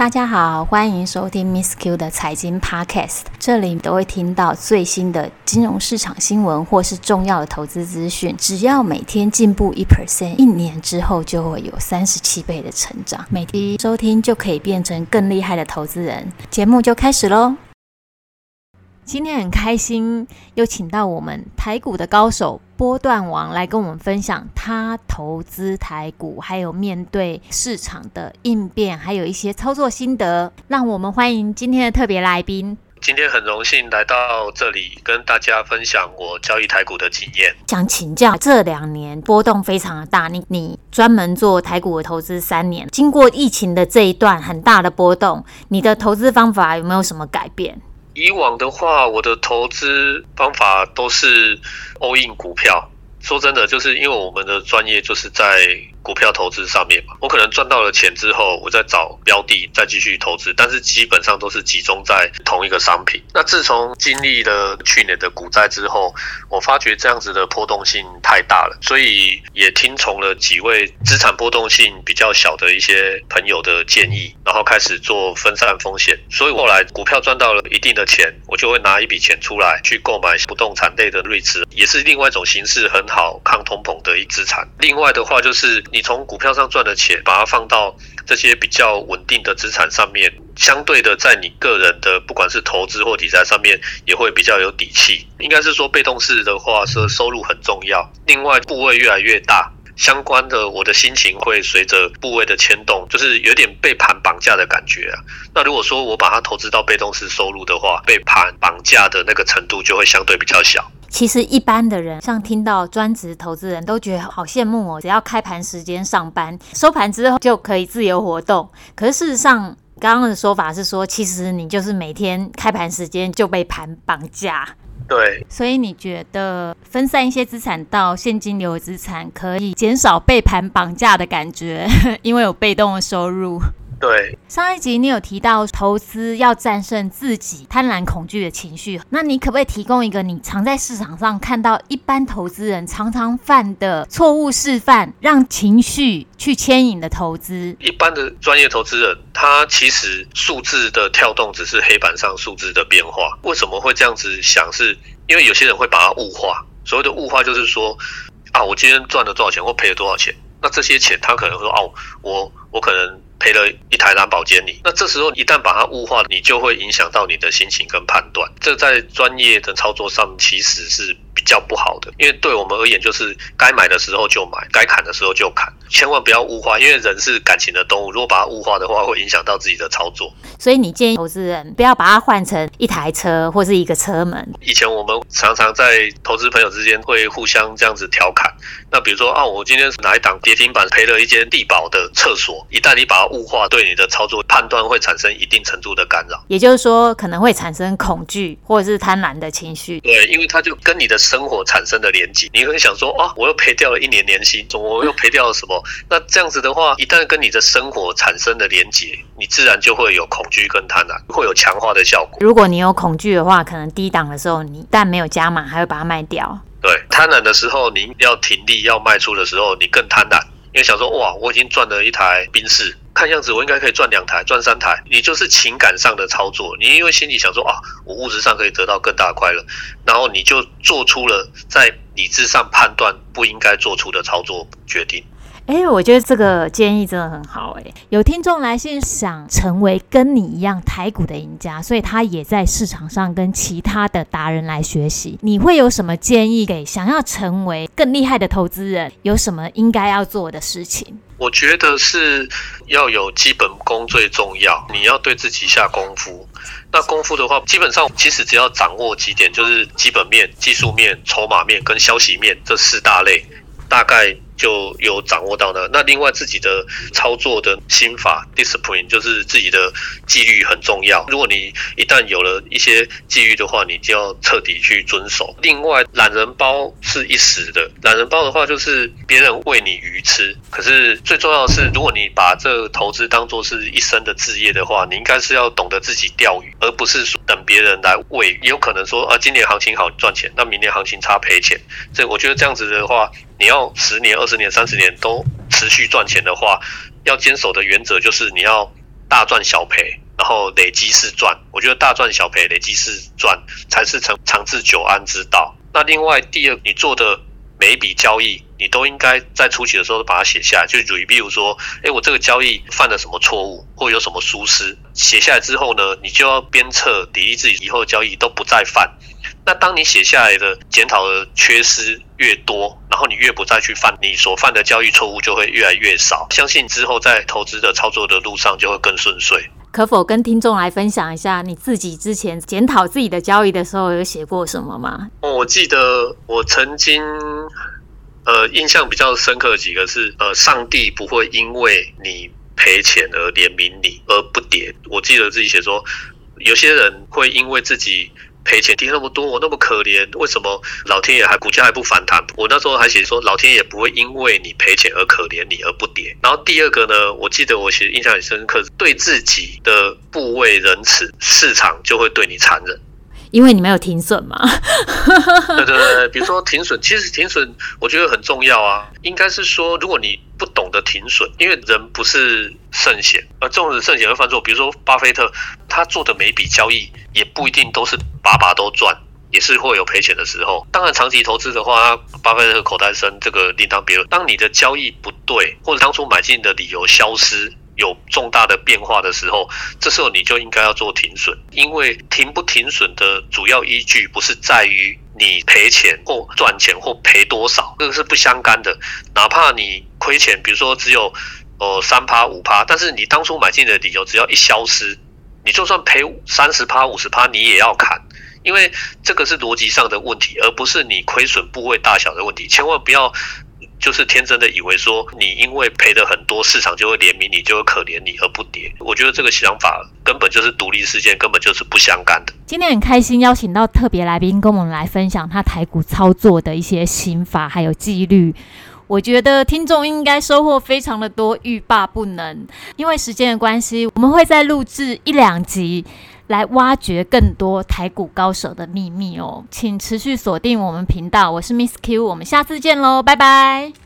大家好，欢迎收听 Miss Q 的财经 Podcast， 这里都会听到最新的金融市场新闻或是重要的投资资讯。只要每天进步 1%， 1年之后就会有37倍的成长。每天收听就可以变成更厉害的投资人。节目就开始咯。今天很开心又请到我们台股的高手波段王来跟我们分享他投资台股还有面对市场的应变，还有一些操作心得。让我们欢迎今天的特别来宾。 今天很荣幸来到这里跟大家分享我交易台股的经验。 想请教，这2年波动非常的大，你专门做台股的投资3年，经过疫情的这一段很大的波动，你的投资方法有没有什么改变？ 以往的话，我的投资方法都是 all in 股票。说真的，就是因为我们的专业就是在股票投资上面嘛，我可能赚到了钱之后，我再找标的再继续投资，但是基本上都是集中在同一个商品。那自从经历了去年的股灾之后，我发觉这样子的波动性太大了，所以也听从了几位资产波动性比较小的一些朋友的建议，然后开始做分散风险。所以后来股票赚到了一定的钱，我就会拿一笔钱出来去购买不动产类的瑞驰，也是另外一种形式很好抗通膨的一资产。另外的话就是你从股票上赚的钱，把它放到这些比较稳定的资产上面，相对的在你个人的不管是投资或理财上面也会比较有底气。应该是说被动式的话是收入很重要，另外部位越来越大，相关的我的心情会随着部位的牵动，就是有点被盘绑架的感觉啊。那如果说我把它投资到被动式收入的话，被盘绑架的那个程度就会相对比较小。 其实一般的人像听到专职投资人都觉得好羡慕哦，只要开盘时间上班，收盘之后就可以自由活动。可是事实上刚刚的说法是说，其实你就是每天开盘时间就被盘绑架。 对， 所以你觉得分散一些资产到现金流资产可以减少被盘绑架的感觉，因为有被动的收入。 对， 上一集你有提到投资要战胜自己贪婪恐惧的情绪，那你可不可以提供一个你常在市场上看到一般投资人常常犯的错误示范，让情绪去牵引的投资？一般的专业投资人，他其实数字的跳动只是黑板上数字的变化。为什么会这样子想？是因为有些人会把它物化。所谓的物化就是说我今天赚了多少钱或赔了多少钱，那这些钱他可能说我可能赔了一台蓝宝坚尼，那这时候一旦把它物化，你就会影响到你的心情跟判断。这在专业的操作上其实是比较不好的，因为对我们而言就是该买的时候就买，该砍的时候就砍，千万不要物化，因为人是感情的动物，如果把它物化的话，会影响到自己的操作。 所以你建议投资人不要把它换成一台车或是一个车门。 以前我们常常在投资朋友之间会互相这样子调侃，那比如说我今天哪一档跌停板赔了一间地保的厕所，一旦你把它物化，对你的操作判断会产生一定程度的干扰， 也就是说可能会产生恐惧或者是贪婪的情绪。 对，因为它就跟你的生活产生的连结，你会想说我又赔掉了1年年薪，我又赔掉了什么？那这样子的话，一旦跟你的生活产生的连结，你自然就会有恐惧跟贪婪，会有强化的效果。 如果你有恐惧的话，可能低档的时候你但没有加码，还会把它卖掉。 对，贪婪的时候你要停利要卖出的时候，你更贪婪，因为想说我已经赚了一台宾士，看样子我应该可以赚2台赚3台，你就是情感上的操作，你因为心里想说我物质上可以得到更大的快乐，然后你就做出了在理智上判断不应该做出的操作决定。 我觉得这个建议真的很好。有听众来信想成为跟你一样台股的赢家，所以他也在市场上跟其他的达人来学习。你会有什么建议给想要成为更厉害的投资人？有什么应该要做的事情？ 我觉得是要有基本功最重要，你要对自己下功夫。那功夫的话，基本上其实只要掌握几点，就是基本面、技术面、筹码面跟消息面这4大类，大概就有掌握到呢。那另外自己的操作的心法 discipline 就是自己的纪律很重要，如果你一旦有了一些纪律的话，你就要彻底去遵守。另外懒人包是一时的，懒人包的话就是别人喂你鱼吃，可是最重要的是，如果你把这个投资当作是一生的志业的话，你应该是要懂得自己钓鱼，而不是说等别人来喂鱼。也有可能说今年行情好赚钱，那明年行情差赔钱。所以我觉得这样子的话，你要10年、20年、30年都持续赚钱的话，要坚守的原则就是你要大赚小赔，然后累积式赚。我觉得大赚小赔、累积式赚才是长治久安之道。那另外第二，你做的每一笔交易，你都应该在初期的时候把它写下来，就比如说，我这个交易犯了什么错误，或有什么疏失，写下来之后呢，你就要鞭策砥砺自己以后的交易都不再犯。那当你写下来的检讨的缺失越多，然后你越不再去犯，你所犯的交易错误就会越来越少。相信之后在投资的操作的路上就会更顺遂。 可否跟听众来分享一下你自己之前检讨自己的交易的时候有写过什么吗？ 我记得我曾经印象比较深刻的几个是上帝不会因为你赔钱而怜悯你而不跌。我记得自己写说，有些人会因为自己赔钱跌那么多，我那么可怜，为什么老天爷股价还不反弹？我那时候还写说，老天爷不会因为你赔钱而可怜你而不跌。然后第二个呢，我记得我写印象很深刻，对自己的部位仁慈，市场就会对你残忍。 因为你没有停损嘛。 对，比如说停损，其实停损我觉得很重要啊。应该是说，如果你不懂得停损，因为人不是圣贤，纵使圣贤会犯错，比如说巴菲特，他做的每一笔交易也不一定都是把把都赚，也是会有赔钱的时候。当然，长期投资的话，巴菲特口袋深，这个另当别论。当你的交易不对，或者当初买进的理由消失，有重大的变化的时候，这时候你就应该要做停损。因为停不停损的主要依据不是在于你赔钱或赚钱或赔多少，这个是不相干的。哪怕你亏钱，比如说只有3%、5%，但是你当初买进的理由只要一消失，你就算赔30%、50%，你也要砍。因为这个是逻辑上的问题，而不是你亏损部位大小的问题。千万不要就是天真的以为说你因为赔的很多，市场就会怜悯你，就会可怜你而不跌。我觉得这个想法根本就是独立事件，根本就是不相干的。 今天很开心邀请到特别来宾跟我们来分享他台股操作的一些心法还有纪律。我觉得听众应该收获非常的多，欲罢不能。因为时间的关系，我们会再录制1-2集来挖掘更多台股高手的秘密哦，请持续锁定我们频道。我是 Miss Q， 我们下次见喽，拜拜。